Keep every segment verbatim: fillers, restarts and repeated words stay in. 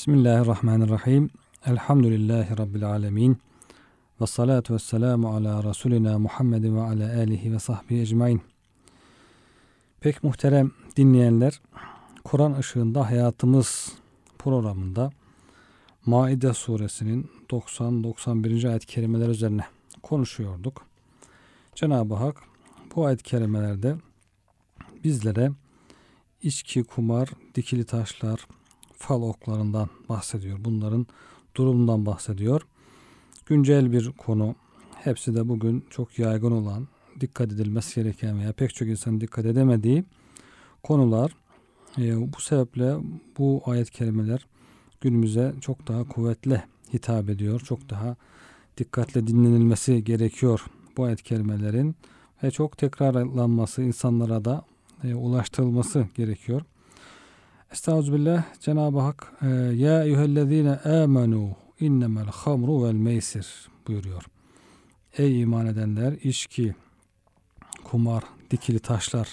Bismillahirrahmanirrahim. Elhamdülillahi Rabbil alemin. Ve salatu ve selamu ala Resulina Muhammedin ve ala alihi ve sahbihi ecmain. Pek muhterem dinleyenler, Kur'an ışığında hayatımız programında Maide suresinin doksan doksan birinci ayet-i kerimeler üzerine konuşuyorduk. Cenab-ı Hak bu ayet-i kerimelerde bizlere içki, kumar, dikili taşlar, fal oklarından bahsediyor. Bunların durumundan bahsediyor. Güncel bir konu. Hepsi de bugün çok yaygın olan, dikkat edilmesi gereken veya pek çok insan dikkat edemediği konular. E, bu sebeple bu ayet-i kerimeler günümüze çok daha kuvvetle hitap ediyor. Çok daha dikkatle dinlenilmesi gerekiyor bu ayet-i kerimelerin ve çok tekrarlanması, insanlara da e, ulaştırılması gerekiyor. Estağfirullah. Cenab-ı Hak e, ya eyyühellezine amenu innemel hamru vel meysir buyuruyor. Ey iman edenler, içki, kumar, dikili taşlar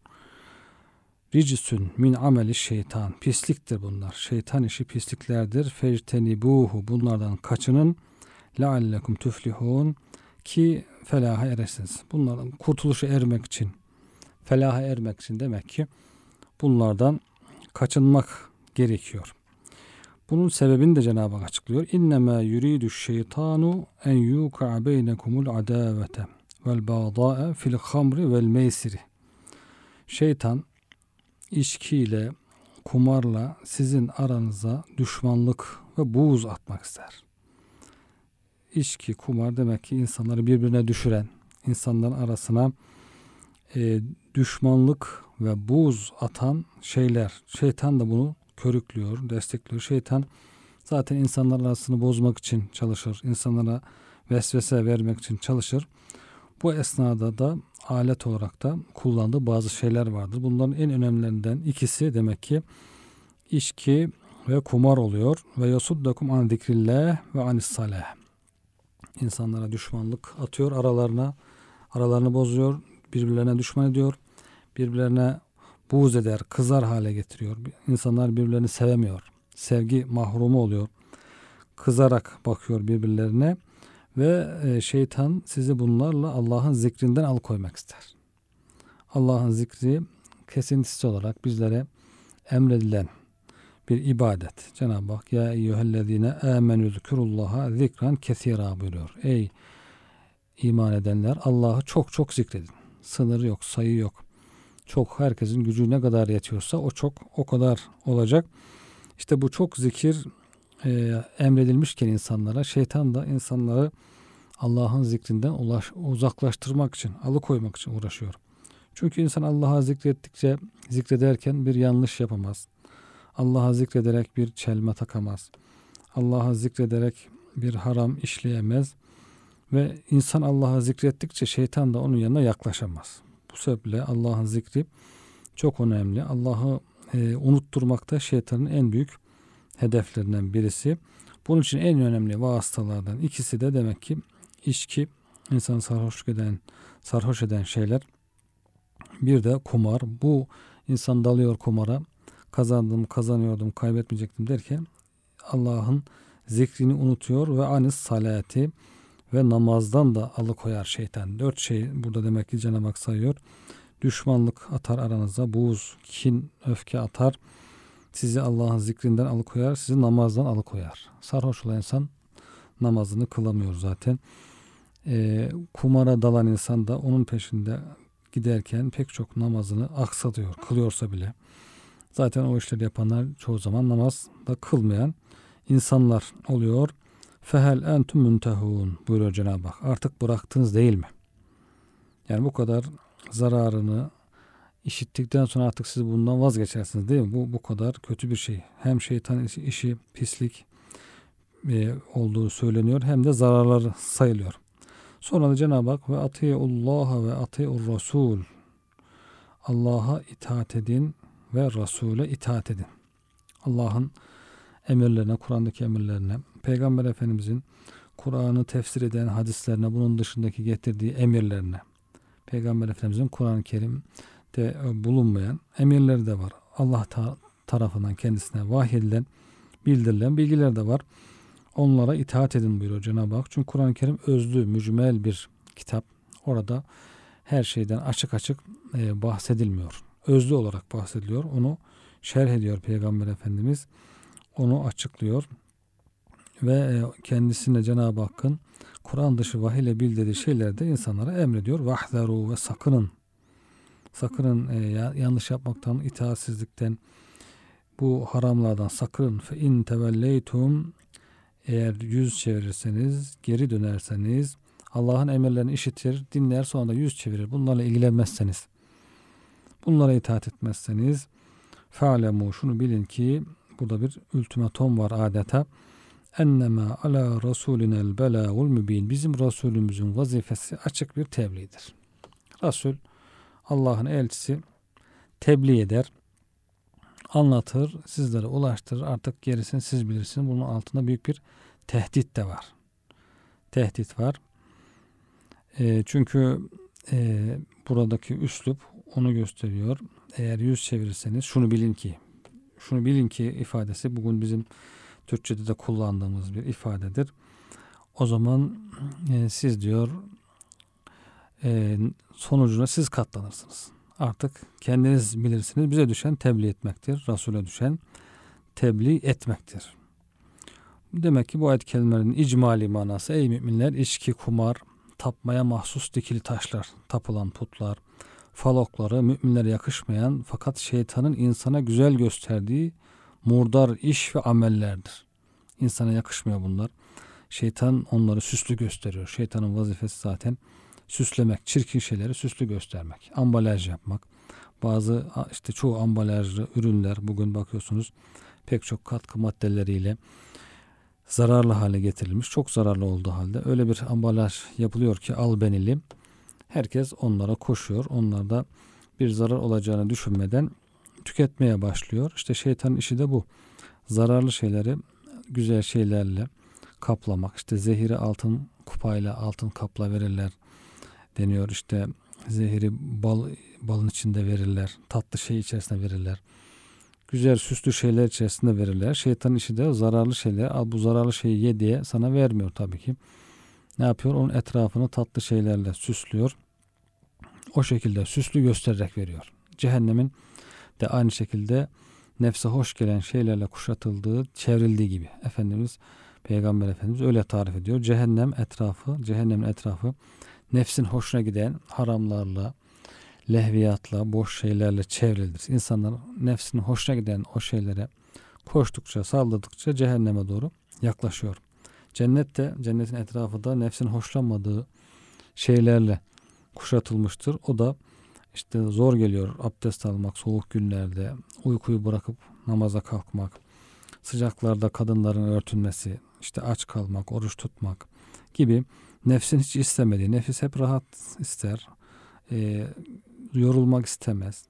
ricisün min ameli şeytan, pisliktir bunlar. Şeytan işi pisliklerdir. Fectenibuhu, bunlardan kaçının. Leallekum tuflihun, ki felaha eresiniz. Bunlardan kurtuluşa ermek için, felaha ermek için demek ki bunlardan kaçınmak gerekiyor. Bunun sebebini de Cenab-ı Hak açıklıyor. İnnemâ yuridu şeytanu en yuka'a beynekumul adavete vel bağdâe fil hamri vel meysiri. Şeytan içkiyle, kumarla sizin aranıza düşmanlık ve buğz atmak ister. İçki, kumar demek ki insanları birbirine düşüren, insanların arasına e, düşmanlık ve buğz atan şeyler. Şeytan da bunu körüklüyor, destekliyor. Şeytan zaten insanlar arasını bozmak için çalışır. İnsanlara vesvese vermek için çalışır. Bu esnada da alet olarak da kullandığı bazı şeyler vardır. Bunların en önemlilerinden ikisi demek ki içki ve kumar oluyor. Ve yasuddakum an zikrillah ve anis salah. İnsanlara düşmanlık atıyor, aralarına aralarını bozuyor, birbirlerine düşman ediyor, birbirlerine buğz eder, kızar hale getiriyor. İnsanlar birbirlerini sevemiyor. Sevgi mahrumu oluyor. Kızarak bakıyor birbirlerine ve şeytan sizi bunlarla Allah'ın zikrinden alıkoymak ister. Allah'ın zikri kesintisiz olarak bizlere emredilen bir ibadet. Cenab-ı Hak ya eyyühellezine amenü zikurullaha zikran kesira buyuruyor. Ey iman edenler, Allah'ı çok çok zikredin. Sınırı yok, sayı yok. Çok, herkesin gücü ne kadar yetiyorsa o çok o kadar olacak. İşte bu çok zikir e, emredilmişken insanlara, şeytan da insanları Allah'ın zikrinden ulaş, uzaklaştırmak için, alıkoymak için uğraşıyor. Çünkü insan Allah'a zikrettikçe, zikrederken bir yanlış yapamaz. Allah'a zikrederek bir çelme takamaz. Allah'a zikrederek bir haram işleyemez. Ve insan Allah'a zikrettikçe şeytan da onun yanına yaklaşamaz. Bu sebeple Allah'ın zikri çok önemli. Allah'ı e, unutturmakta şeytanın en büyük hedeflerinden birisi. Bunun için en önemli vasıtalardan ikisi de demek ki içki, insanı sarhoş eden, sarhoş eden şeyler. Bir de kumar. Bu insan dalıyor kumara. Kazandım, kazanıyordum, kaybetmeyecektim derken Allah'ın zikrini unutuyor ve anis salati ve namazdan da alıkoyar şeytan. Dört şey burada demek ki Cenab-ı Hak sayıyor. Düşmanlık atar aranıza, buğz, kin, öfke atar. Sizi Allah'ın zikrinden alıkoyar, sizi namazdan alıkoyar. Sarhoş olan insan namazını kılamıyor zaten. E, kumara dalan insan da onun peşinde giderken pek çok namazını aksatıyor, kılıyorsa bile. Zaten o işleri yapanlar çoğu zaman namaz da kılmayan insanlar oluyor. Fehel entum müntehun buyuruyor Cenab-ı Hak. Artık bıraktınız değil mi? Yani bu kadar zararını işittikten sonra artık siz bundan vazgeçersiniz değil mi? Bu bu kadar kötü bir şey. Hem şeytan işi, işi pislik e, olduğu söyleniyor, hem de zararları sayılıyor. Sonra da Cenab-ı Hak ve atiullaha ve atiur rasul. Allah'a itaat edin ve Resul'e itaat edin. Allah'ın emirlerine, Kur'an'daki emirlerine, Peygamber Efendimizin Kur'an'ı tefsir eden hadislerine, bunun dışındaki getirdiği emirlerine, Peygamber Efendimizin Kur'an-ı Kerim'de bulunmayan emirleri de var. Allah ta- tarafından kendisine vahyedilen bildirilen bilgiler de var. Onlara itaat edin buyuruyor Cenab-ı Hak. Çünkü Kur'an-ı Kerim özlü, mücmel bir kitap. Orada her şeyden açık açık e, bahsedilmiyor. Özlü olarak bahsediliyor. Onu şerh ediyor Peygamber Efendimiz. Onu açıklıyor. Ve e, kendisine Cenab-ı Hakk'ın Kur'an dışı vahiy ile bildirdiği şeyleri de insanlara emrediyor. Vahzeru ve sakının. Sakının e, yanlış yapmaktan, itaatsizlikten, bu haramlardan sakının. Fe in tevelleytum, eğer yüz çevirirseniz, geri dönerseniz, Allah'ın emirlerini işitir, dinler, sonra da yüz çevirir. Bunlarla ilgilenmezseniz, bunlara itaat etmezseniz, fe'alemu, şunu bilin ki, burada bir ultimatom var adeta. Ennema ala rasulinel belâgul mübin. Bizim Resulümüzün vazifesi açık bir tebliğdir. Resul, Allah'ın elçisi, tebliğ eder, anlatır, sizlere ulaştırır. Artık gerisini siz bilirsiniz. Bunun altında büyük bir tehdit de var. Tehdit var. E, çünkü e, buradaki üslup onu gösteriyor. Eğer yüz çevirirseniz şunu bilin ki, şunu bilin ki ifadesi bugün bizim Türkçe'de de kullandığımız bir ifadedir. O zaman e, siz diyor e, sonucuna siz katlanırsınız. Artık kendiniz bilirsiniz. Bize düşen tebliğ etmektir. Resul'e düşen tebliğ etmektir. Demek ki bu ayet kelimelerinin icmali manası, ey müminler, içki, kumar, tapmaya mahsus dikili taşlar, tapılan putlar, falokları müminlere yakışmayan fakat şeytanın insana güzel gösterdiği murdar iş ve amellerdir. İnsana yakışmıyor bunlar. Şeytan onları süslü gösteriyor. Şeytanın vazifesi zaten süslemek, çirkin şeyleri süslü göstermek, ambalaj yapmak. Bazı işte çoğu ambalajlı ürünler bugün bakıyorsunuz pek çok katkı maddeleriyle zararlı hale getirilmiş. Çok zararlı olduğu halde öyle bir ambalaj yapılıyor ki albenili. Herkes onlara koşuyor. Onlar da bir zarar olacağını düşünmeden tüketmeye başlıyor. İşte şeytanın işi de bu. Zararlı şeyleri güzel şeylerle kaplamak. İşte zehiri altın kupayla, altın kapla verirler deniyor. İşte zehiri bal balın içinde verirler. Tatlı şey içerisinde verirler. Güzel süslü şeyler içerisinde verirler. Şeytanın işi de zararlı şeyler. Al bu zararlı şeyi ye diye sana vermiyor tabii ki. Ne yapıyor? Onun etrafını tatlı şeylerle süslüyor. O şekilde süslü göstererek veriyor. Cehennemin de aynı şekilde nefse hoş gelen şeylerle kuşatıldığı, çevrildiği gibi. Efendimiz, Peygamber Efendimiz öyle tarif ediyor. Cehennem etrafı, cehennemin etrafı nefsin hoşuna giden haramlarla, lehviyatla, boş şeylerle çevrilidir. İnsanlar nefsinin hoşuna giden o şeylere koştukça, saldırdıkça cehenneme doğru yaklaşıyor. Cennet de, cennetin etrafı da nefsin hoşlanmadığı şeylerle kuşatılmıştır. O da işte zor geliyor abdest almak, soğuk günlerde uykuyu bırakıp namaza kalkmak, sıcaklarda kadınların örtünmesi, işte aç kalmak, oruç tutmak gibi nefsin hiç istemediği, nefis hep rahat ister, e, yorulmak istemez.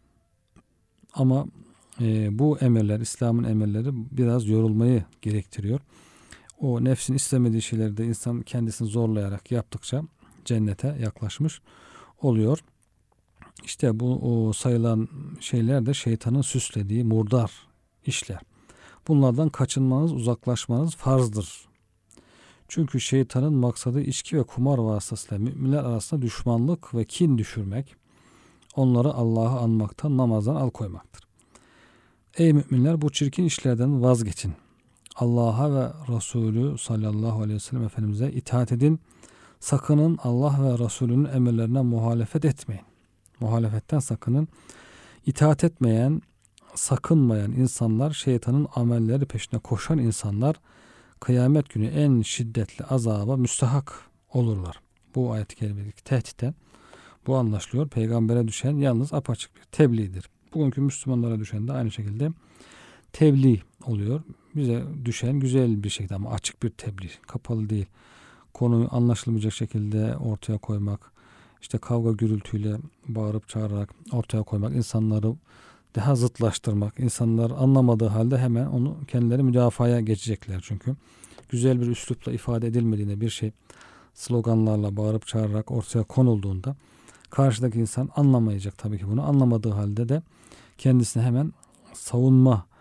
Ama e, bu emirler, İslam'ın emirleri biraz yorulmayı gerektiriyor. O nefsin istemediği şeyleri de insan kendisini zorlayarak yaptıkça cennete yaklaşmış oluyor. İşte bu o sayılan şeyler de şeytanın süslediği murdar işler. Bunlardan kaçınmanız, uzaklaşmanız farzdır. Çünkü şeytanın maksadı içki ve kumar vasıtasıyla müminler arasında düşmanlık ve kin düşürmek, onları Allah'ı anmaktan, namazdan alıkoymaktır. Ey müminler, bu çirkin işlerden vazgeçin. Allah'a ve Resulü sallallahu aleyhi ve sellem Efendimiz'e itaat edin. Sakının Allah ve Resulünün emirlerine muhalefet etmeyin. Muhalefetten sakının. İtaat etmeyen, sakınmayan insanlar, şeytanın amelleri peşine koşan insanlar kıyamet günü en şiddetli azaba müstahak olurlar. Bu ayet-i kerimedeki tehditten bu anlaşılıyor. Peygambere düşen yalnız apaçık bir tebliğdir. Bugünkü Müslümanlara düşen de aynı şekilde tebliğ oluyor. Bize düşen güzel bir şekilde ama açık bir tebliğ. Kapalı değil. Konuyu anlaşılmayacak şekilde ortaya koymak, işte kavga gürültüyle bağırıp çağırarak ortaya koymak, insanları daha zıtlaştırmak, insanlar anlamadığı halde hemen onu kendileri müdafaya geçecekler çünkü. Güzel bir üslupla ifade edilmediğinde bir şey sloganlarla bağırıp çağırarak ortaya konulduğunda karşıdaki insan anlamayacak tabii ki bunu. Anlamadığı halde de kendisine hemen savunma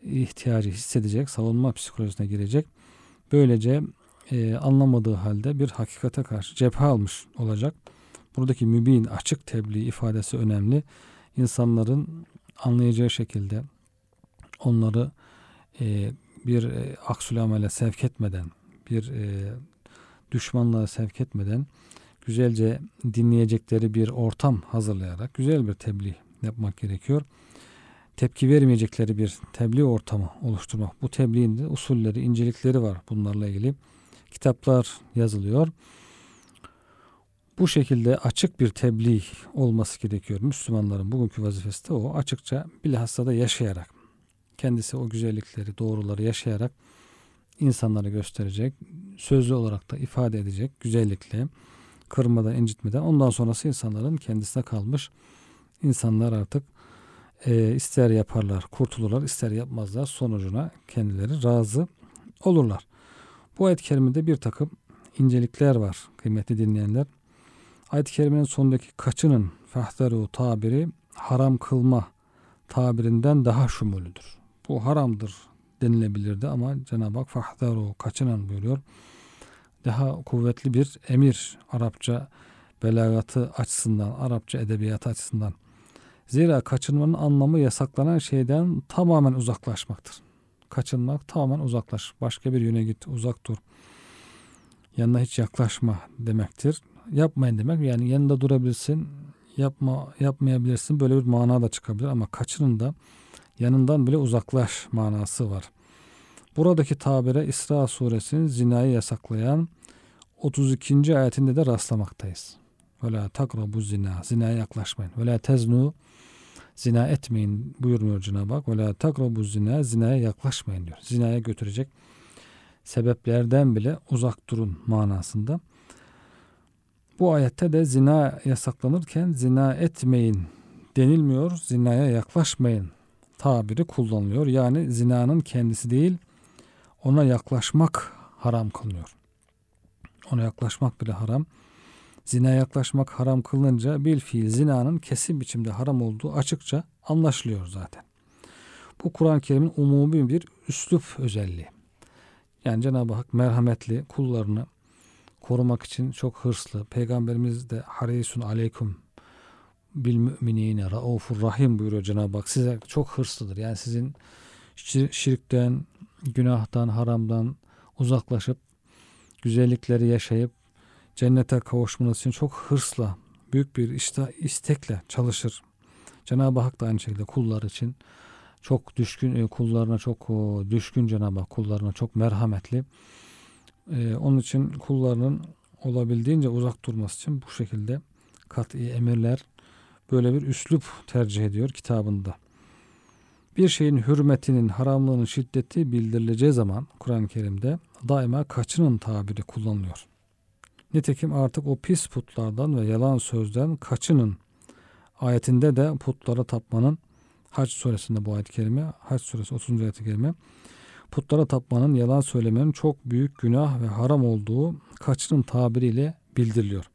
ihtiyacı hissedecek, savunma psikolojisine girecek. Böylece e, anlamadığı halde bir hakikate karşı cephe almış olacak. Buradaki mübin, açık tebliğ ifadesi önemli. İnsanların anlayacağı şekilde onları e, bir e, aksül amele sevk etmeden, bir e, düşmanlığa sevk etmeden güzelce dinleyecekleri bir ortam hazırlayarak güzel bir tebliğ yapmak gerekiyor. Tepki vermeyecekleri bir tebliğ ortamı oluşturmak. Bu tebliğin de usulleri, incelikleri var bunlarla ilgili. Kitaplar yazılıyor. Bu şekilde açık bir tebliğ olması gerekiyor. Müslümanların bugünkü vazifesi de o. Açıkça bilhassa da yaşayarak, kendisi o güzellikleri, doğruları yaşayarak insanlara gösterecek, sözlü olarak da ifade edecek güzellikle, kırmadan, incitmeden. Ondan sonrası insanların kendisine kalmış. İnsanlar artık e, ister yaparlar, kurtulurlar, ister yapmazlar. Sonucuna kendileri razı olurlar. Bu ayet-i kerimede bir takım incelikler var kıymetli dinleyenler. Ayet-i kerimenin sonundaki kaçının fahdaru tabiri haram kılma tabirinden daha şumulüdür. Bu haramdır denilebilirdi ama Cenab-ı Hak fahdaru kaçının buyuruyor. Daha kuvvetli bir emir Arapça belagatı açısından, Arapça edebiyatı açısından. Zira kaçınmanın anlamı yasaklanan şeyden tamamen uzaklaşmaktır. Kaçınmak tamamen uzaklaş. Başka bir yöne git, uzak dur. Yanına hiç yaklaşma demektir. Yapmayın demek. Yani yanında durabilirsin, yapma yapmayabilirsin. Böyle bir mana da çıkabilir ama kaçının da yanından bile uzaklaş manası var. Buradaki tabire İsra suresinin zinayı yasaklayan otuz ikinci ayetinde de rastlamaktayız. Ve la takrabu zina. Zinaya yaklaşmayın. Ve la teznu. Zina etmeyin buyurmuyor Cenab-ı Hak. Ve la takrabu zina. Zinaya yaklaşmayın diyor. Zinaya götürecek sebeplerden bile uzak durun manasında. Bu ayette de zina yasaklanırken zina etmeyin denilmiyor. Zinaya yaklaşmayın tabiri kullanılıyor. Yani zinanın kendisi değil, ona yaklaşmak haram kılınıyor. Ona yaklaşmak bile haram. Zinaya yaklaşmak haram kılınınca bil fiil zinanın kesin biçimde haram olduğu açıkça anlaşılıyor zaten. Bu Kur'an-ı Kerim'in umumi bir üslup özelliği. Yani Cenab-ı Hak merhametli, kullarını korumak için çok hırslı. Peygamberimiz de harisun aleyküm bil müminine raufur rahim buyuruyor Cenab-ı Hak. Size çok hırslıdır. Yani sizin şirkten, günahtan, haramdan uzaklaşıp güzellikleri yaşayıp cennete kavuşmanız için çok hırsla, büyük bir işte, istekle çalışır. Cenab-ı Hak da aynı şekilde kullar için çok düşkün, kullarına çok düşkün Cenab-ı Hak kullarına çok merhametli. Ee, onun için kullarının olabildiğince uzak durması için bu şekilde kat'i emirler, böyle bir üslup tercih ediyor kitabında. Bir şeyin hürmetinin, haramlığının şiddeti bildirileceği zaman Kur'an-ı Kerim'de daima kaçının tabiri kullanılıyor. Nitekim artık o pis putlardan ve yalan sözden kaçının ayetinde de putlara tapmanın, Hac suresinde bu ayet-i kerime, Hac suresi otuzuncu ayet-i kerime, putlara tapmanın, yalan söylemenin çok büyük günah ve haram olduğu kaçının tabiriyle bildiriliyor.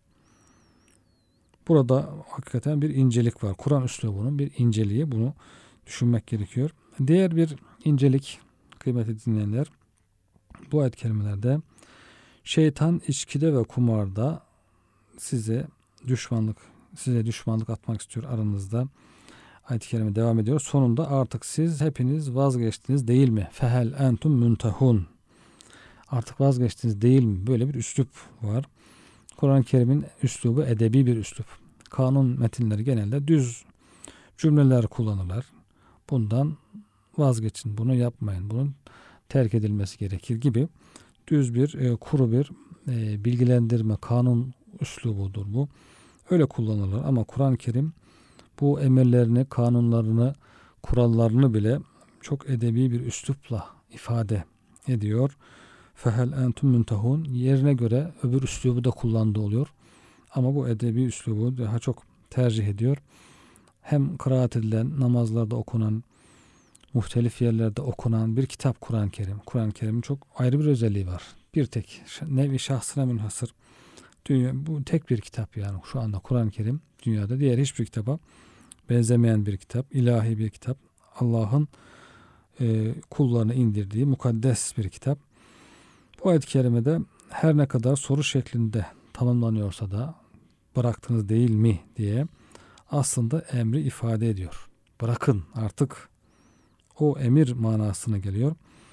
Burada hakikaten bir incelik var. Kur'an üslubunun bir inceliği, bunu düşünmek gerekiyor. Diğer bir incelik kıymetli dinleyenler, bu ayet-i kerimelerde şeytan içkide ve kumarda size düşmanlık size düşmanlık atmak istiyor aranızda. Ayet-i kerime devam ediyor. Sonunda artık siz hepiniz vazgeçtiniz değil mi? Fehel entum müntehun. Artık vazgeçtiniz değil mi? Böyle bir üslup var. Kur'an-ı Kerim'in üslubu edebi bir üslup. Kanun metinleri genelde düz cümleler kullanırlar. Bundan vazgeçin, bunu yapmayın, bunun terk edilmesi gerekir gibi düz bir, e, kuru bir e, bilgilendirme, kanun üslubudur bu. Öyle kullanılır ama Kur'an-ı Kerim bu emirlerini, kanunlarını, kurallarını bile çok edebi bir üslupla ifade ediyor. Fehel entum müntehun yerine göre öbür üslubu da kullandığı oluyor. Ama bu edebi üslubu daha çok tercih ediyor. Hem kıraat edilen, namazlarda okunan, muhtelif yerlerde okunan bir kitap Kur'an-ı Kerim. Kur'an-ı Kerim'in çok ayrı bir özelliği var. Bir tek nevi şahsına münhasır. Dünya, bu tek bir kitap yani şu anda Kur'an-ı Kerim dünyada diğer hiçbir kitaba benzemeyen bir kitap. İlahi bir kitap. Allah'ın e, kullarına indirdiği mukaddes bir kitap. Bu ayet-i kerimede her ne kadar soru şeklinde tanımlanıyorsa da bıraktınız değil mi diye aslında emri ifade ediyor. Bırakın artık, o emir manasına geliyor.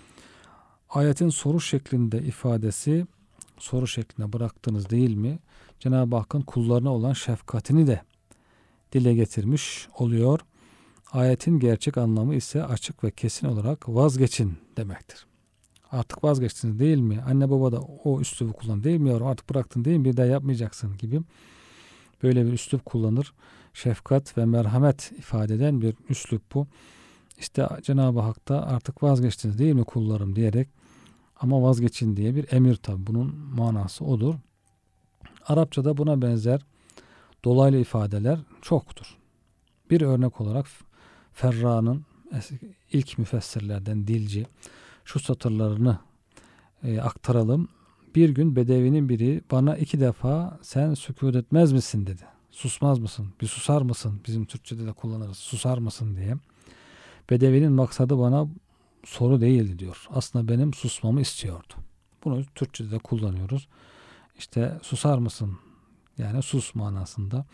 Ayetin soru şeklinde ifadesi, soru şeklinde bıraktınız değil mi, Cenab-ı Hakk'ın kullarına olan şefkatini de dile getirmiş oluyor. Ayetin gerçek anlamı ise açık ve kesin olarak vazgeçin demektir. Artık vazgeçtiniz değil mi? Anne baba da o üslubu kullan değil mi yavrum? Artık bıraktın değil mi? Bir daha yapmayacaksın gibi böyle bir üslup kullanır. Şefkat ve merhamet ifade eden bir üslup bu. İşte Cenab-ı Hak da artık vazgeçtiniz değil mi kullarım diyerek, ama vazgeçin diye bir emir tabi. Bunun manası odur. Arapçada buna benzer dolaylı ifadeler çoktur. Bir örnek olarak Ferra'nın ilk müfessirlerden dilci şu satırlarını e, aktaralım. Bir gün Bedevi'nin biri bana iki defa sen sükût etmez misin dedi. Susmaz mısın? Bir susar mısın? Bizim Türkçe'de de kullanırız. Susar mısın diye. Bedevi'nin maksadı bana soru değildi diyor. Aslında benim susmamı istiyordu. Bunu Türkçe'de de kullanıyoruz. İşte susar mısın? Yani sus manasında.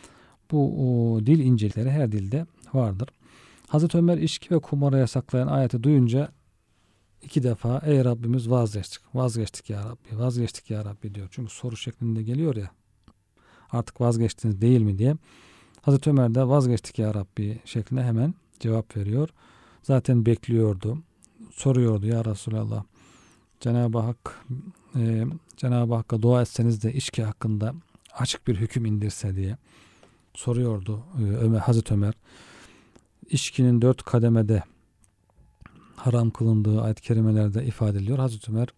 Bu o, dil incelikleri her dilde vardır. Hazreti Ömer içki ve kumara yasaklayan ayeti duyunca iki defa ey Rabbimiz vazgeçtik. Vazgeçtik ya Rabbi. Vazgeçtik ya Rabbi diyor. Çünkü soru şeklinde geliyor ya. Artık vazgeçtiniz değil mi diye. Hazreti Ömer de vazgeçtik ya Rabbi şeklinde hemen cevap veriyor. Zaten bekliyordu. Soruyordu ya Resulallah. Cenab-ı Hak e, Cenab-ı Hakk'a dua etseniz de içki hakkında açık bir hüküm indirse diye soruyordu e, Ömer, Hazreti Ömer. İçkinin dört kademede haram kılındığı ayet-i kerimelerde ifade ediliyor. Hazreti Ömer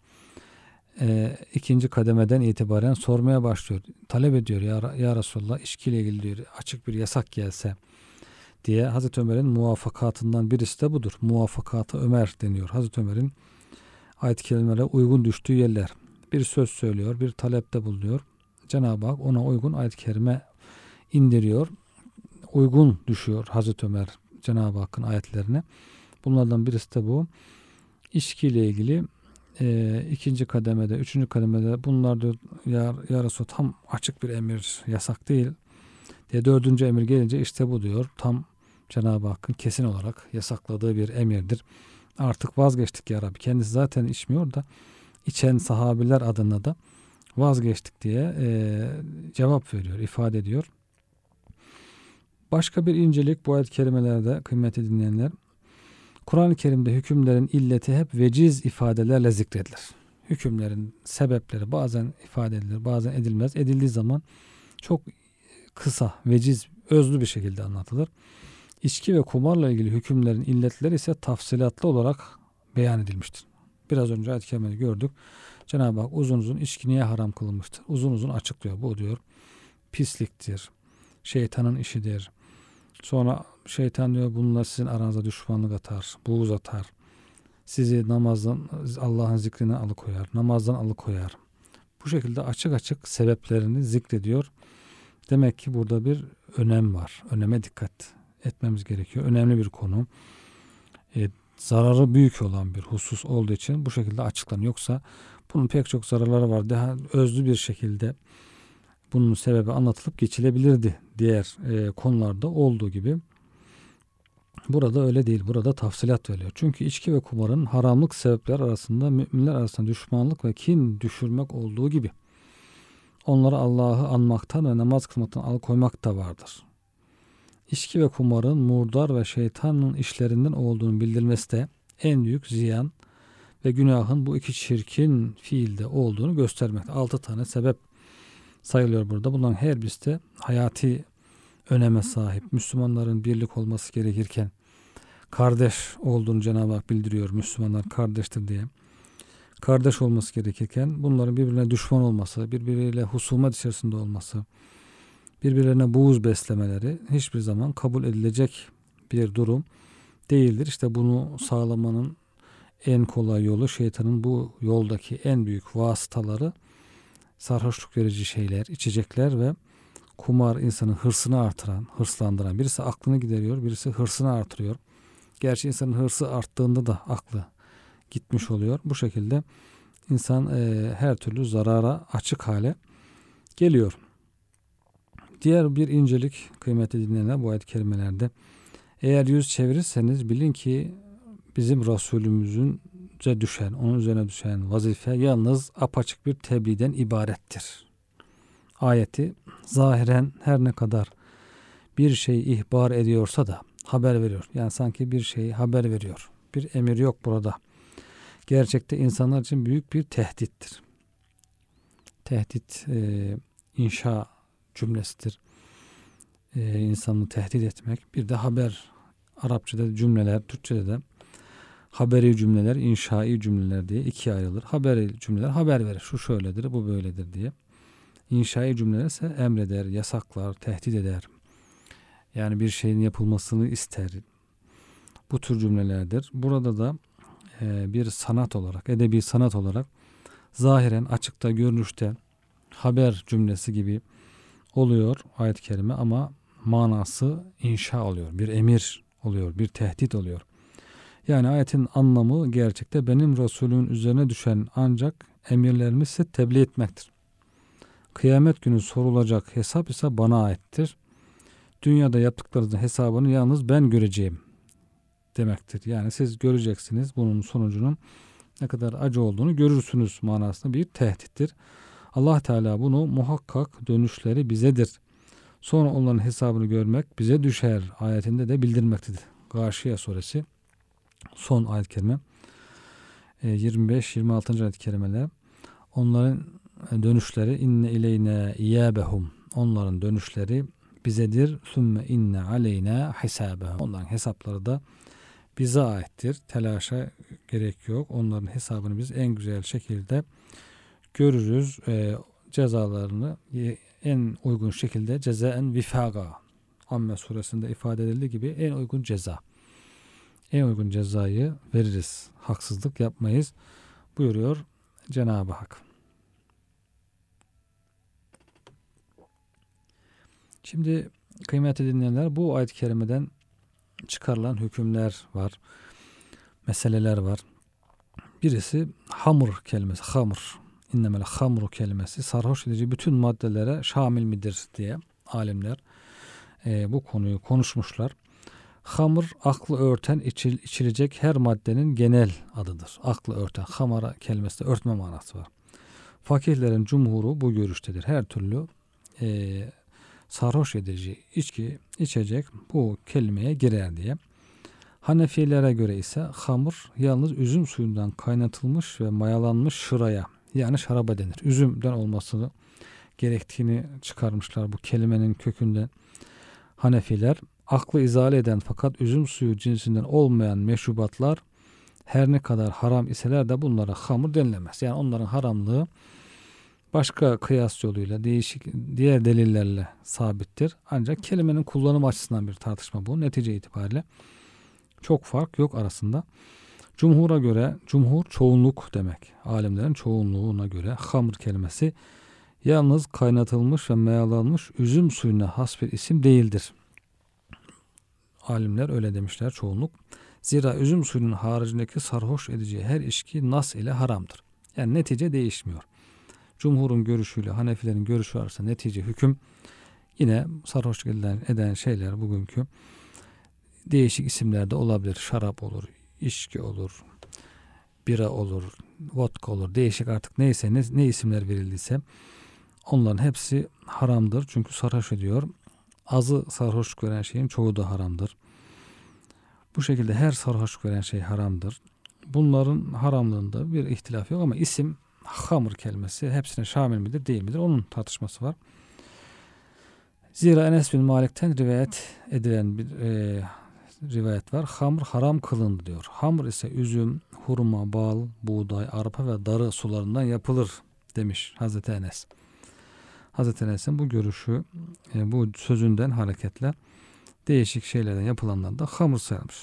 e, ikinci kademeden itibaren sormaya başlıyor. Talep ediyor ya, ya Resulallah içkiyle ilgili diyor açık bir yasak gelse diye. Hazreti Ömer'in muvafakatından birisi de budur. Muvafakatı Ömer deniyor. Hazreti Ömer'in ayet-i kerimelere uygun düştüğü yerler. Bir söz söylüyor, bir talepte bulunuyor. Cenab-ı Hak ona uygun ayet-i kerime indiriyor. Uygun düşüyor Hazreti Ömer Cenab-ı Hakk'ın ayetlerine. Bunlardan birisi de bu. İçkiyle ilgili e, ikinci kademede, üçüncü kademede bunlar diyor ya, ya Resulallah tam açık bir emir, yasak değil diye dördüncü emir gelince işte bu diyor. Tam Cenab-ı Hakk'ın kesin olarak yasakladığı bir emirdir. Artık vazgeçtik ya Rabbi. Kendisi zaten içmiyor da içen sahabiler adına da vazgeçtik diye e, cevap veriyor, ifade ediyor. Başka bir incelik bu ayet-i kerimelerde kıymetli dinleyenler. Kur'an-ı Kerim'de hükümlerin illeti hep veciz ifadelerle zikredilir. Hükümlerin sebepleri bazen ifade edilir, bazen edilmez. Edildiği zaman çok kısa, veciz, özlü bir şekilde anlatılır. İçki ve kumarla ilgili hükümlerin illetleri ise tafsilatlı olarak beyan edilmiştir. Biraz önce ayet-i kerimede gördük. Cenab-ı Hak uzun uzun içki niye haram kılınmıştır? Uzun uzun açıklıyor. Bu diyor pisliktir, şeytanın işidir. Sonra şeytan diyor bununla sizin aranıza düşmanlık atar, buğz atar. Sizi namazdan, Allah'ın zikrine alıkoyar, namazdan alıkoyar. Bu şekilde açık açık sebeplerini zikrediyor. Demek ki burada bir önem var. Öneme dikkat etmemiz gerekiyor. Önemli bir konu. E, zararı büyük olan bir husus olduğu için bu şekilde açıklanıyor. Yoksa bunun pek çok zararları var. Daha özlü bir şekilde bunun sebebi anlatılıp geçilebilirdi. Diğer e, konularda olduğu gibi. Burada öyle değil. Burada tafsilat veriliyor. Çünkü içki ve kumarın haramlık sebepler arasında müminler arasında düşmanlık ve kin düşürmek olduğu gibi onları Allah'ı anmaktan ve namaz kılmaktan alıkoymak da vardır. İçki ve kumarın murdar ve şeytanın işlerinden olduğunu bildirmesi de en büyük ziyan ve günahın bu iki çirkin fiilde olduğunu göstermekte. Altı tane sebep sayılıyor burada. Bunların her birisi de hayati öneme sahip. Müslümanların birlik olması gerekirken kardeş olduğunu Cenab-ı Hak bildiriyor. Müslümanlar kardeştir diye. Kardeş olması gerekirken bunların birbirine düşman olması, birbiriyle husumet içerisinde olması, birbirlerine buğz beslemeleri hiçbir zaman kabul edilecek bir durum değildir. İşte bunu sağlamanın en kolay yolu şeytanın bu yoldaki en büyük vasıtaları sarhoşluk verici şeyler, içecekler ve kumar insanın hırsını artıran, hırslandıran. Birisi aklını gideriyor, birisi hırsını artırıyor. Gerçi insanın hırsı arttığında da aklı gitmiş oluyor. Bu şekilde insan e, her türlü zarara açık hale geliyor. Diğer bir incelik kıymetli dinleyenler bu ayet-i kerimelerde. Eğer yüz çevirirseniz bilin ki bizim Resulümüzün düşen, onun üzerine düşen vazife yalnız apaçık bir tebliğden ibarettir. Ayeti zahiren her ne kadar bir şey ihbar ediyorsa da haber veriyor. Yani sanki bir şeyi haber veriyor. Bir emir yok burada. Gerçekte insanlar için büyük bir tehdittir. Tehdit e, inşa cümlesidir. E, insanı tehdit etmek. Bir de haber. Arapçada cümleler, Türkçede de haberi cümleler, inşai cümleler diye ikiye ayrılır. Haberi cümleler haber verir. Şu şöyledir, bu böyledir diye. İnşai cümleler ise emreder, yasaklar, tehdit eder. Yani bir şeyin yapılmasını ister. Bu tür cümlelerdir. Burada da e, bir sanat olarak, edebi sanat olarak zahiren açıkta, görünüşte haber cümlesi gibi oluyor ayet-i kerime ama manası inşa oluyor. Bir emir oluyor, bir tehdit oluyor. Yani ayetin anlamı gerçekte benim Resulümün üzerine düşen ancak emirlerimi size tebliğ etmektir. Kıyamet günü sorulacak hesap ise bana aittir. Dünyada yaptıklarınızın hesabını yalnız ben göreceğim demektir. Yani siz göreceksiniz bunun sonucunun ne kadar acı olduğunu görürsünüz manasında bir tehdittir. Allah Teala bunu muhakkak dönüşleri bizedir. Sonra onların hesabını görmek bize düşer ayetinde de bildirmektedir. Gâşiye suresi son ayet-i kerime yirmi beş yirmi altı. ayet-i kerimeler. Onların dönüşleri inne ileyne iyâbehum. Onların dönüşleri bizedir. Sümme inne aleyna hisâbehum. Onların hesapları da bize aittir. Telaşa gerek yok. Onların hesabını biz en güzel şekilde görürüz. E, cezalarını en uygun şekilde cezaen vifaga. Amme suresinde ifade edildiği gibi en uygun ceza. En uygun cezayı veririz. Haksızlık yapmayız buyuruyor Cenab-ı Hak. Şimdi kıymetli dinleyenler bu ayet-i kerimeden çıkarılan hükümler var. Meseleler var. Birisi hamur kelimesi. Hamur. İnnemel hamru kelimesi sarhoş edici bütün maddelere şamil midir diye alimler e, bu konuyu konuşmuşlar. Hamur aklı örten içil, içilecek her maddenin genel adıdır. Aklı örten. Hamara kelimesi de örtme manası var. Fakihlerin cumhuru bu görüştedir. Her türlü e, sarhoş edici içki, içecek bu kelimeye girer diye. Hanefilere göre ise hamur yalnız üzüm suyundan kaynatılmış ve mayalanmış şıraya yani şaraba denir. Üzümden olmasını gerektiğini çıkarmışlar bu kelimenin kökünden. Hanefiler aklı izale eden fakat üzüm suyu cinsinden olmayan meşrubatlar her ne kadar haram iseler de bunlara hamur denilemez. Yani onların haramlığı başka kıyas yoluyla değişik diğer delillerle sabittir. Ancak kelimenin kullanım açısından bir tartışma bu. Netice itibariyle çok fark yok arasında. Cumhura göre, cumhur çoğunluk demek. Alimlerin çoğunluğuna göre hamr kelimesi yalnız kaynatılmış ve mayalanmış üzüm suyuna has bir isim değildir. Alimler öyle demişler çoğunluk. Zira üzüm suyunun haricindeki sarhoş edici her içki nas ile haramdır. Yani netice değişmiyor. Cumhurun görüşüyle Hanefilerin görüşü arasında netice hüküm yine sarhoş eden, eden şeyler bugünkü değişik isimlerde olabilir. Şarap olur, içki olur, bira olur, vodka olur. Değişik artık neyse ne, ne isimler verildiyse onların hepsi haramdır. Çünkü sarhoş ediyor. Azı sarhoşluk veren şeyin çoğu da haramdır. Bu şekilde her sarhoşluk veren şey haramdır. Bunların haramlığında bir ihtilaf yok ama isim hamur kelimesi hepsine şamil midir değil midir onun tartışması var. Zira Enes bin Malik'ten rivayet edilen bir e, rivayet var. Hamur haram kılındı diyor. Hamur ise üzüm, hurma, bal, buğday, arpa ve darı sularından yapılır demiş Hazreti Enes. Hazreti Enes'in bu görüşü, e, bu sözünden hareketle değişik şeylerden yapılanlar da hamur sayılmış.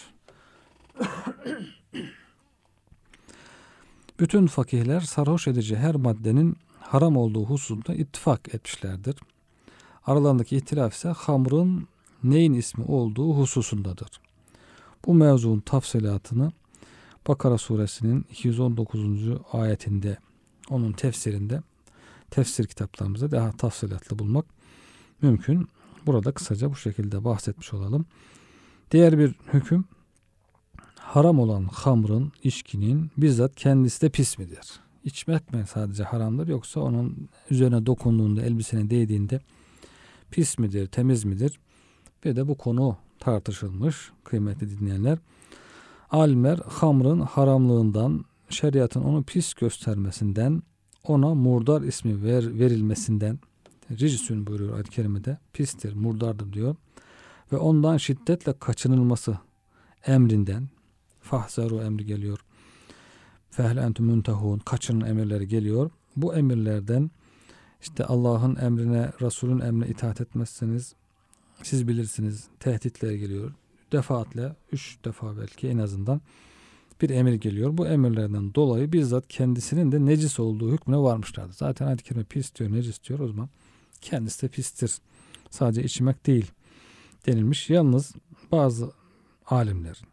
Bütün fakihler sarhoş edici her maddenin haram olduğu hususunda ittifak etmişlerdir. Aralarındaki ihtilaf ise hamurun neyin ismi olduğu hususundadır. Bu mevzunun tafsilatını Bakara suresinin iki yüz on dokuzuncu ayetinde, onun tefsirinde, tefsir kitaplarımızda daha tafsilatlı bulmak mümkün. Burada kısaca bu şekilde bahsetmiş olalım. Diğer bir hüküm, haram olan hamrın, içkinin bizzat kendisi de pis midir? İçmek mi sadece haramdır, yoksa onun üzerine dokunduğunda, elbisene değdiğinde pis midir, temiz midir? Bir de bu konu tartışılmış kıymetli dinleyenler. Alimler hamrın haramlığından, şeriatın onu pis göstermesinden, ona murdar ismi ver, verilmesinden, ricisün buyuruyor ayet-i kerimede, pistir, murdardır diyor. Ve ondan şiddetle kaçınılması emrinden, fahzaru emri geliyor. Fehl entum muntehun, kaçının emirleri geliyor. Bu emirlerden işte Allah'ın emrine, Resul'ün emrine itaat etmezseniz siz bilirsiniz tehditler geliyor. Defaatle, üç defa belki en azından bir emir geliyor. Bu emirlerden dolayı bizzat kendisinin de necis olduğu hükmüne varmışlardı. Zaten ayet-i kerime pis diyor, necis diyor, o zaman kendisi de pistir. Sadece içmek değil denilmiş. Yalnız bazı alimler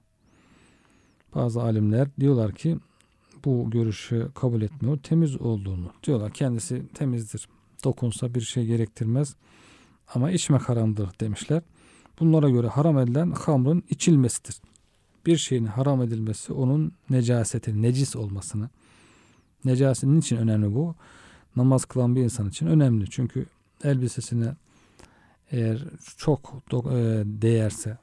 bazı alimler diyorlar ki bu görüşü kabul etmiyor. Temiz olduğunu diyorlar. Kendisi temizdir. Dokunsa bir şey gerektirmez. Ama içmek haramdır demişler. Bunlara göre haram edilen hamrın içilmesidir. Bir şeyin haram edilmesi onun necaseti, necis olmasını. Necasetin için önemli bu? Namaz kılan bir insan için önemli. Çünkü elbisesine eğer çok e, değerse,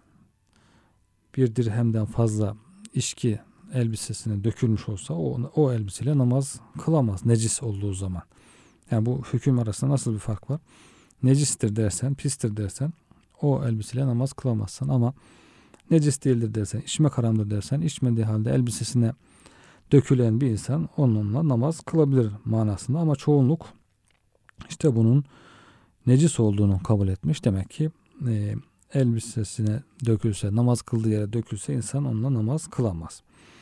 bir dirhemden fazla içki elbisesine dökülmüş olsa o, o elbiseyle namaz kılamaz necis olduğu zaman. Yani bu hüküm arasında nasıl bir fark var? Necistir dersen, pistir dersen o elbiseyle namaz kılamazsın, ama necis değildir dersen, içmek haramdır dersen, içmediği halde elbisesine dökülen bir insan onunla namaz kılabilir manasında, ama çoğunluk işte bunun necis olduğunu kabul etmiş. Demek ki e, elbisesine dökülse, namaz kıldığı yere dökülse insan onunla namaz kılamaz.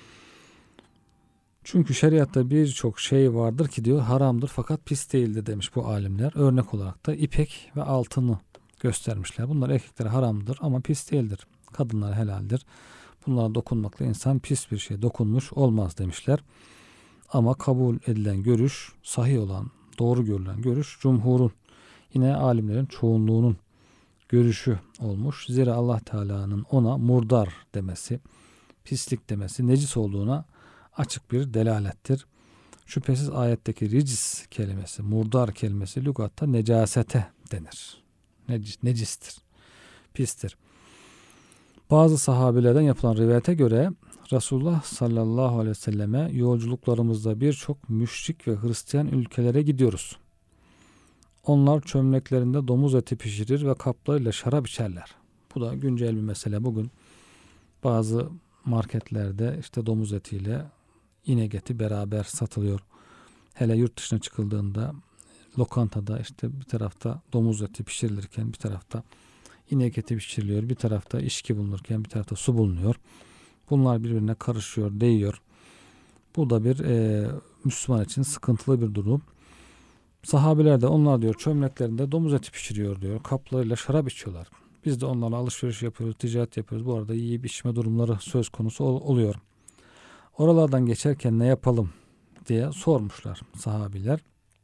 Çünkü şeriatta birçok şey vardır ki diyor haramdır fakat pis değildir demiş bu alimler. Örnek olarak da ipek ve altını göstermişler. Bunlar erkeklere haramdır ama pis değildir. Kadınlara helaldir. Bunlara dokunmakla insan pis bir şey dokunmuş olmaz demişler. Ama kabul edilen görüş, sahih olan, doğru görülen görüş cumhurun, yine alimlerin çoğunluğunun görüşü olmuş. Zira Allah Teala'nın ona murdar demesi, pislik demesi, necis olduğuna açık bir delalettir. Şüphesiz ayetteki ricis kelimesi, murdar kelimesi lügatta necasete denir. Necis, necistir, pistir. Bazı sahabelerden yapılan rivayete göre Resulullah sallallahu aleyhi ve selleme yolculuklarımızda birçok müşrik ve Hristiyan ülkelere gidiyoruz. Onlar çömleklerinde domuz eti pişirir ve kaplarıyla şarap içerler. Bu da güncel bir mesele. Bugün bazı marketlerde işte domuz etiyle inek eti beraber satılıyor. Hele yurt dışına çıkıldığında lokantada işte bir tarafta domuz eti pişirilirken bir tarafta inek eti pişiriliyor. Bir tarafta içki bulunurken bir tarafta su bulunuyor. Bunlar birbirine karışıyor, değiyor. Bu da bir e, Müslüman için sıkıntılı bir durum. Sahabeler de onlar diyor çömleklerinde domuz eti pişiriyor diyor. Kaplarıyla şarap içiyorlar. Biz de onlarla alışveriş yapıyoruz, ticaret yapıyoruz. Bu arada yiyip içme durumları söz konusu ol- oluyor. Oralardan geçerken ne yapalım diye sormuşlar sahabiler.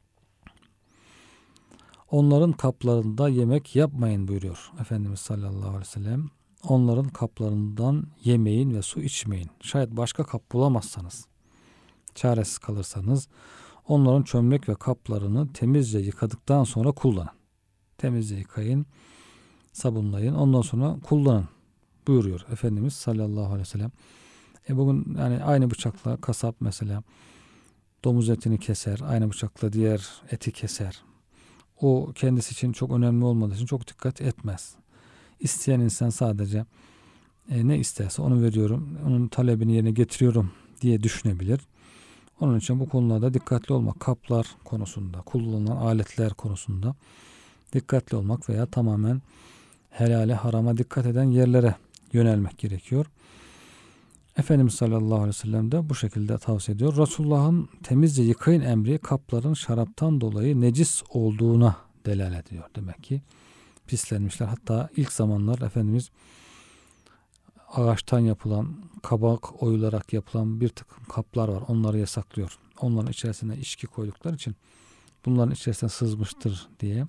Onların kaplarında yemek yapmayın buyuruyor Efendimiz sallallahu aleyhi ve sellem. Onların kaplarından yemeyin ve su içmeyin. Şayet başka kap bulamazsanız, çaresiz kalırsanız onların çömlek ve kaplarını temizce yıkadıktan sonra kullanın. Temizce yıkayın, sabunlayın, ondan sonra kullanın buyuruyor Efendimiz sallallahu aleyhi ve sellem. E bugün yani aynı bıçakla kasap mesela domuz etini keser, aynı bıçakla diğer eti keser. O kendisi için çok önemli olmadığı için çok dikkat etmez. İsteyen insan sadece e, ne isterse onu veriyorum, onun talebini yerine getiriyorum diye düşünebilir. Onun için bu konularda dikkatli olmak, kaplar konusunda, kullanılan aletler konusunda dikkatli olmak veya tamamen helale harama dikkat eden yerlere yönelmek gerekiyor. Efendimiz sallallahu aleyhi ve sellem de bu şekilde tavsiye ediyor. Resulullah'ın temizce yıkayın emri kapların şaraptan dolayı necis olduğuna delalet ediyor. Demek ki pislenmişler. Hatta ilk zamanlar Efendimiz ağaçtan yapılan, kabak oyularak yapılan bir takım kaplar var. Onları yasaklıyor. Onların içerisine içki koydukları için bunların içerisine sızmıştır diye.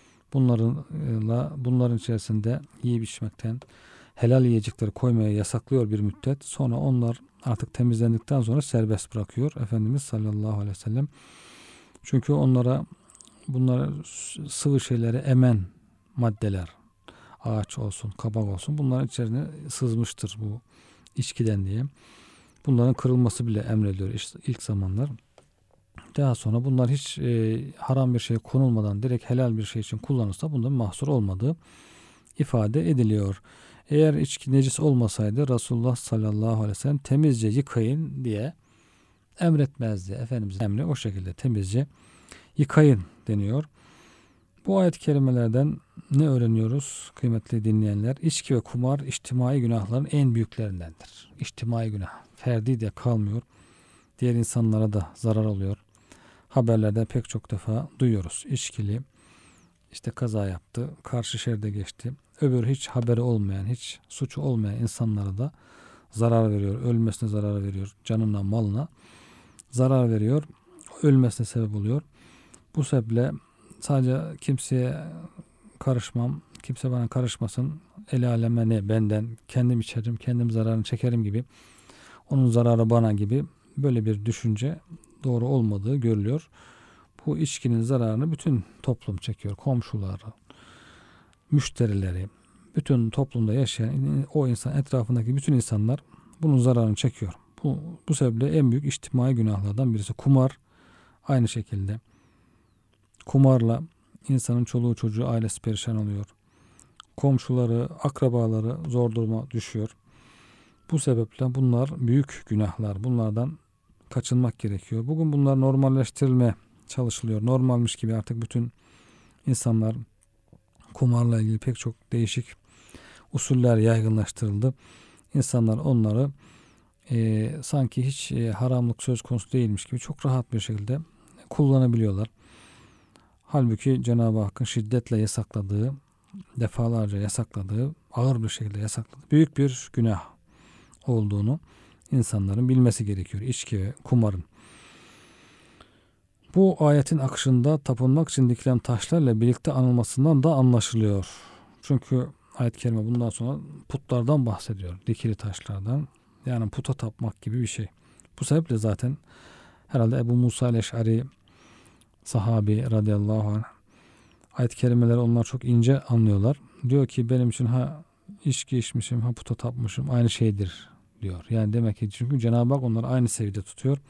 Bunlarınla bunların içerisinde yiyip içmekten helal yiyecekleri koymaya yasaklıyor bir müddet. Sonra onlar artık temizlendikten sonra serbest bırakıyor Efendimiz sallallahu aleyhi ve sellem. Çünkü onlara bunlar sıvı şeyleri emen maddeler, ağaç olsun, kabak olsun, bunların içerisine sızmıştır bu içkiden diye. Bunların kırılması bile emrediyor işte ilk zamanlar. Daha sonra bunlar hiç e, haram bir şeye konulmadan direkt helal bir şey için kullanılsa bunda mahsur olmadığı ifade ediliyor. Eğer içki necis olmasaydı Resulullah sallallahu aleyhi ve sellem temizce yıkayın diye emretmezdi. Efendimizin emri o şekilde, temizce yıkayın deniyor. Bu ayet-i kerimelerden ne öğreniyoruz kıymetli dinleyenler? İçki ve kumar içtimai günahların en büyüklerindendir. İçtimai günah. Ferdi de kalmıyor. Diğer insanlara da zarar oluyor. Haberlerde pek çok defa duyuyoruz. İçkili işte kaza yaptı, karşı şeride geçti. Öbür hiç haberi olmayan, hiç suçu olmayan insanlara da zarar veriyor. Ölmesine zarar veriyor. Canına, malına zarar veriyor. Ölmesine sebep oluyor. Bu sebeple sadece kimseye karışmam, kimse bana karışmasın, el aleme ne, benden, kendim içerim, kendim zararını çekerim gibi, onun zararı bana gibi böyle bir düşünce doğru olmadığı görülüyor. Bu içkinin zararını bütün toplum çekiyor. Komşuları, müşterileri, bütün toplumda yaşayan o insan, etrafındaki bütün insanlar bunun zararını çekiyor. Bu, bu sebeple en büyük içtimai günahlardan birisi kumar. Aynı şekilde kumarla insanın çoluğu çocuğu, ailesi perişan oluyor. Komşuları, akrabaları zor duruma düşüyor. Bu sebeple bunlar büyük günahlar. Bunlardan kaçınmak gerekiyor. Bugün bunlar normalleştirilmeye çalışılıyor. Normalmiş gibi artık bütün insanlar, kumarla ilgili pek çok değişik usuller yaygınlaştırıldı. İnsanlar onları e, sanki hiç e, haramlık söz konusu değilmiş gibi çok rahat bir şekilde kullanabiliyorlar. Halbuki Cenab-ı Hakk'ın şiddetle yasakladığı, defalarca yasakladığı, ağır bir şekilde yasakladığı büyük bir günah olduğunu insanların bilmesi gerekiyor. İçki ve kumarın. Bu ayetin akışında tapınmak için dikilen taşlarla birlikte anılmasından da anlaşılıyor. Çünkü ayet-i kerime bundan sonra putlardan bahsediyor. Dikili taşlardan. Yani puta tapmak gibi bir şey. Bu sebeple zaten herhalde Ebu Musa el-Eş'ari sahabi radıyallahu anh, ayet-i kerimeleri onlar çok ince anlıyorlar. Diyor ki benim için ha içki içmişim, ha puta tapmışım aynı şeydir diyor. Yani demek ki çünkü Cenab-ı Hak onları aynı seviyede tutuyor.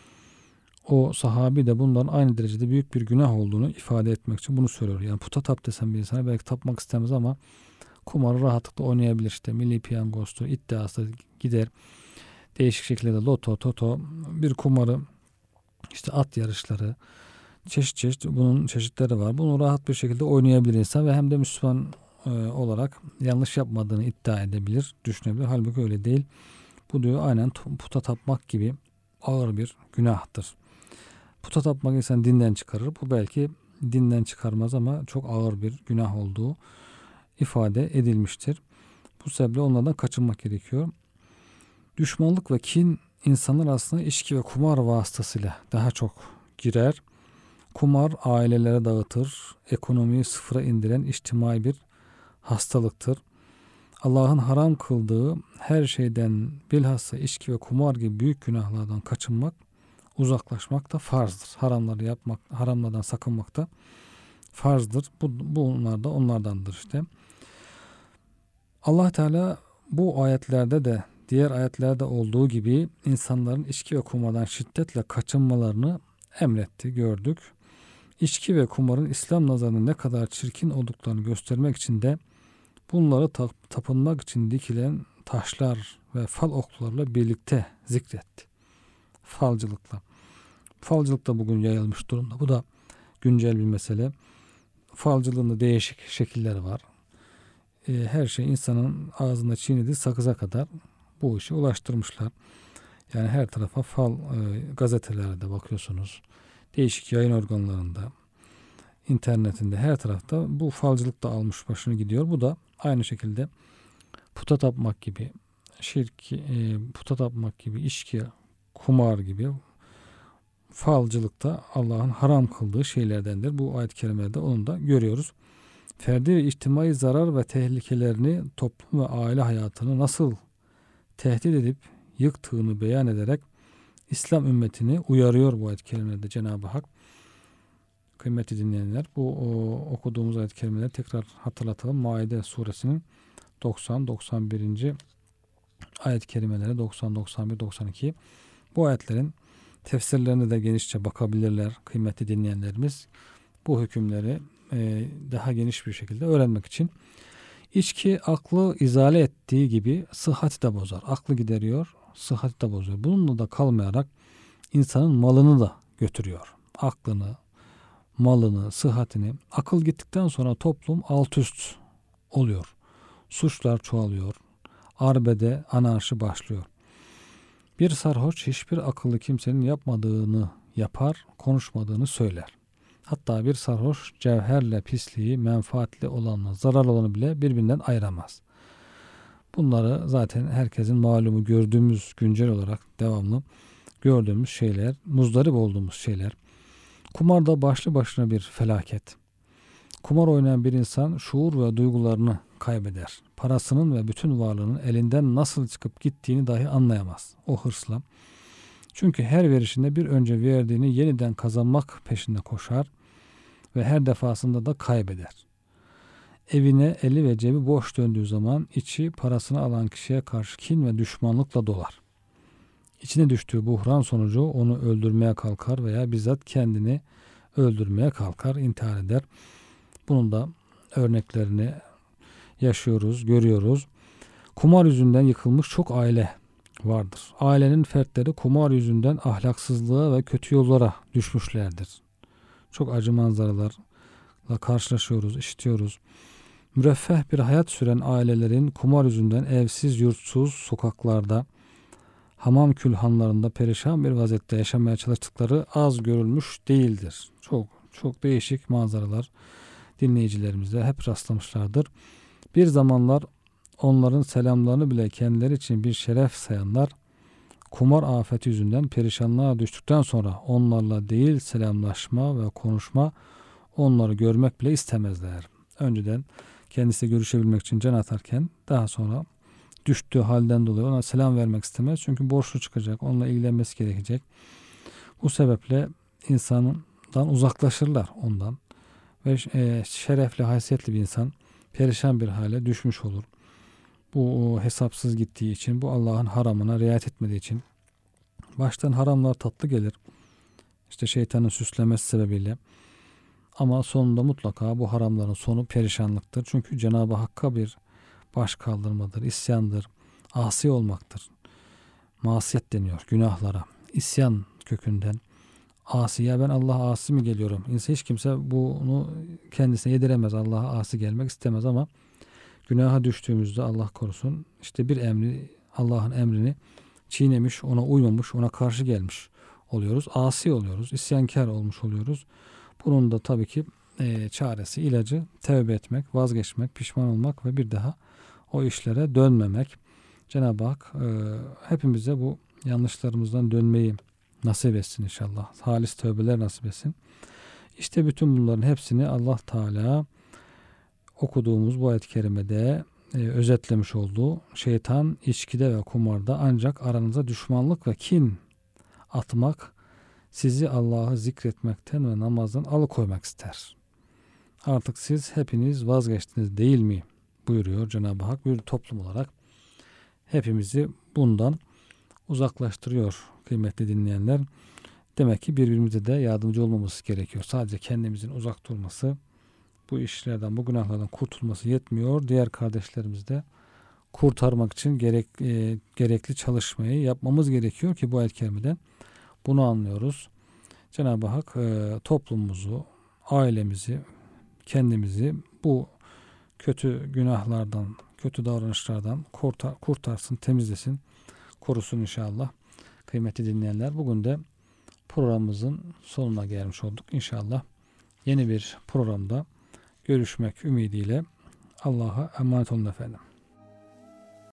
O sahabi de bunların aynı derecede büyük bir günah olduğunu ifade etmek için bunu söylüyor. Yani puta tap desem bir insana belki tapmak istemez ama kumarı rahatlıkla oynayabilir. İşte milli piyangostu, iddiası gider. Değişik şekilde loto, toto, bir kumarı, işte at yarışları, çeşit çeşit bunun çeşitleri var. Bunu rahat bir şekilde oynayabilir insan ve hem de Müslüman e, olarak yanlış yapmadığını iddia edebilir, düşünebilir. Halbuki öyle değil. Bu diyor aynen puta tapmak gibi ağır bir günahtır. Puta tapmak insan dinden çıkarır. Bu belki dinden çıkarmaz ama çok ağır bir günah olduğu ifade edilmiştir. Bu sebeple onlardan kaçınmak gerekiyor. Düşmanlık ve kin insanlar aslında içki ve kumar vasıtasıyla daha çok girer. Kumar ailelere dağıtır, ekonomiyi sıfıra indiren içtimai bir hastalıktır. Allah'ın haram kıldığı her şeyden bilhassa içki ve kumar gibi büyük günahlardan kaçınmak, uzaklaşmak da farzdır. Haramları yapmak, haramlardan sakınmak da farzdır. Bu, bunlar da onlardandır işte. Allah Teala bu ayetlerde de diğer ayetlerde olduğu gibi insanların içki ve kumardan şiddetle kaçınmalarını emretti, gördük. İçki ve kumarın İslam nazarında ne kadar çirkin olduklarını göstermek için de bunları tap- tapınmak için dikilen taşlar ve fal oklarla birlikte zikretti. Falcılıkla. Falcılık da bugün yayılmış durumda. Bu da güncel bir mesele. Falcılığın da değişik şekilleri var. E, her şey insanın ağzında çiğnediği sakıza kadar bu işi ulaştırmışlar. Yani her tarafa fal e, gazetelerde bakıyorsunuz. Değişik yayın organlarında, internetinde, her tarafta bu falcılık da almış başını gidiyor. Bu da aynı şekilde puta tapmak gibi, şirk, e, puta tapmak gibi, içki, kumar gibi, falcılıkta Allah'ın haram kıldığı şeylerdendir. Bu ayet-i kerimelerde onu da görüyoruz. Ferdi ve içtimai zarar ve tehlikelerini toplum ve aile hayatını nasıl tehdit edip yıktığını beyan ederek İslam ümmetini uyarıyor bu ayet-i kerimelerde Cenab-ı Hak. Kıymetli dinleyenler, bu o, okuduğumuz ayet-i kerimeleri tekrar hatırlatalım. Maide suresinin doksan doksan birinci ayet-i kerimeleri, doksan doksan bir doksan iki. Bu ayetlerin tefsirlerine de genişçe bakabilirler kıymetli dinleyenlerimiz. Bu hükümleri e, daha geniş bir şekilde öğrenmek için. İçki aklı izale ettiği gibi sıhhati de bozar. Aklı gideriyor, sıhhati de bozuyor. Bununla da kalmayarak insanın malını da götürüyor. Aklını, malını, sıhhatini. Akıl gittikten sonra toplum alt üst oluyor. Suçlar çoğalıyor. Arbede anarşi başlıyor. Bir sarhoş hiçbir akıllı kimsenin yapmadığını yapar, konuşmadığını söyler. Hatta bir sarhoş cevherle pisliği, menfaatli olanla zararlı olanı bile birbirinden ayıramaz. Bunları zaten herkesin malumu, gördüğümüz, güncel olarak devamlı gördüğümüz şeyler, muzdarip olduğumuz şeyler. Kumar da başlı başına bir felaket. Kumar oynayan bir insan şuur ve duygularını kaybeder. Parasının ve bütün varlığının elinden nasıl çıkıp gittiğini dahi anlayamaz. O hırsla. Çünkü her verişinde bir önce verdiğini yeniden kazanmak peşinde koşar ve her defasında da kaybeder. Evine eli ve cebi boş döndüğü zaman içi parasını alan kişiye karşı kin ve düşmanlıkla dolar. İçine düştüğü buhran sonucu onu öldürmeye kalkar veya bizzat kendini öldürmeye kalkar, intihar eder. Bunun da örneklerini yaşıyoruz, görüyoruz. Kumar yüzünden yıkılmış çok aile vardır. Ailenin fertleri kumar yüzünden ahlaksızlığa ve kötü yollara düşmüşlerdir. Çok acı manzaralarla karşılaşıyoruz, işitiyoruz. Müreffeh bir hayat süren ailelerin kumar yüzünden evsiz, yurtsuz, sokaklarda, hamam külhanlarında perişan bir vaziyette yaşamaya çalıştıkları az görülmüş değildir. Çok çok değişik manzaralar dinleyicilerimize hep rastlamışlardır. Bir zamanlar onların selamlarını bile kendileri için bir şeref sayanlar, kumar afeti yüzünden perişanlığa düştükten sonra onlarla değil selamlaşma ve konuşma, onları görmek bile istemezler. Önceden kendisiyle görüşebilmek için can atarken daha sonra düştüğü halden dolayı ona selam vermek istemez. Çünkü borçlu çıkacak, onunla ilgilenmesi gerekecek. Bu sebeple insandan uzaklaşırlar ondan. Ve şerefli, haysiyetli bir insan perişan bir hale düşmüş olur. Bu hesapsız gittiği için, bu Allah'ın haramına riayet etmediği için. Baştan haramlar tatlı gelir. İşte şeytanın süslemesi sebebiyle. Ama sonunda mutlaka bu haramların sonu perişanlıktır. Çünkü Cenab-ı Hakk'a bir baş kaldırmadır, isyandır, asi olmaktır. Masiyet deniyor günahlara. İsyan kökünden. Asi, ya ben Allah'a asi mi geliyorum? İnsan, hiç kimse bunu kendisine yediremez. Allah'a asi gelmek istemez ama günaha düştüğümüzde Allah korusun işte bir emri, Allah'ın emrini çiğnemiş, ona uymamış, ona karşı gelmiş oluyoruz. Asi oluyoruz, isyankar olmuş oluyoruz. Bunun da tabii ki e, çaresi, ilacı tevbe etmek, vazgeçmek, pişman olmak ve bir daha o işlere dönmemek. Cenab-ı Hak e, hepimize bu yanlışlarımızdan dönmeyi nasip etsin inşallah. Halis tövbeler nasip etsin. İşte bütün bunların hepsini Allah Teala okuduğumuz bu ayet-i kerimede e, özetlemiş olduğu, şeytan içkide ve kumarda ancak aranıza düşmanlık ve kin atmak, sizi Allah'ı zikretmekten ve namazdan alıkoymak ister. Artık siz hepiniz vazgeçtiniz değil mi? Buyuruyor Cenab-ı Hak. Bir toplum olarak hepimizi bundan uzaklaştırıyor kıymetli dinleyenler. Demek ki birbirimize de yardımcı olmamız gerekiyor. Sadece kendimizin uzak durması, bu işlerden, bu günahlardan kurtulması yetmiyor. Diğer kardeşlerimizi de kurtarmak için gerek, e, gerekli çalışmayı yapmamız gerekiyor ki bu ayet-i kerimeden bunu anlıyoruz. Cenab-ı Hak e, toplumumuzu, ailemizi, kendimizi bu kötü günahlardan, kötü davranışlardan kurtar, kurtarsın, temizlesin, korusun inşallah. Kıymetli dinleyenler, bugün de programımızın sonuna gelmiş olduk. İnşallah yeni bir programda görüşmek ümidiyle Allah'a emanet olun efendim.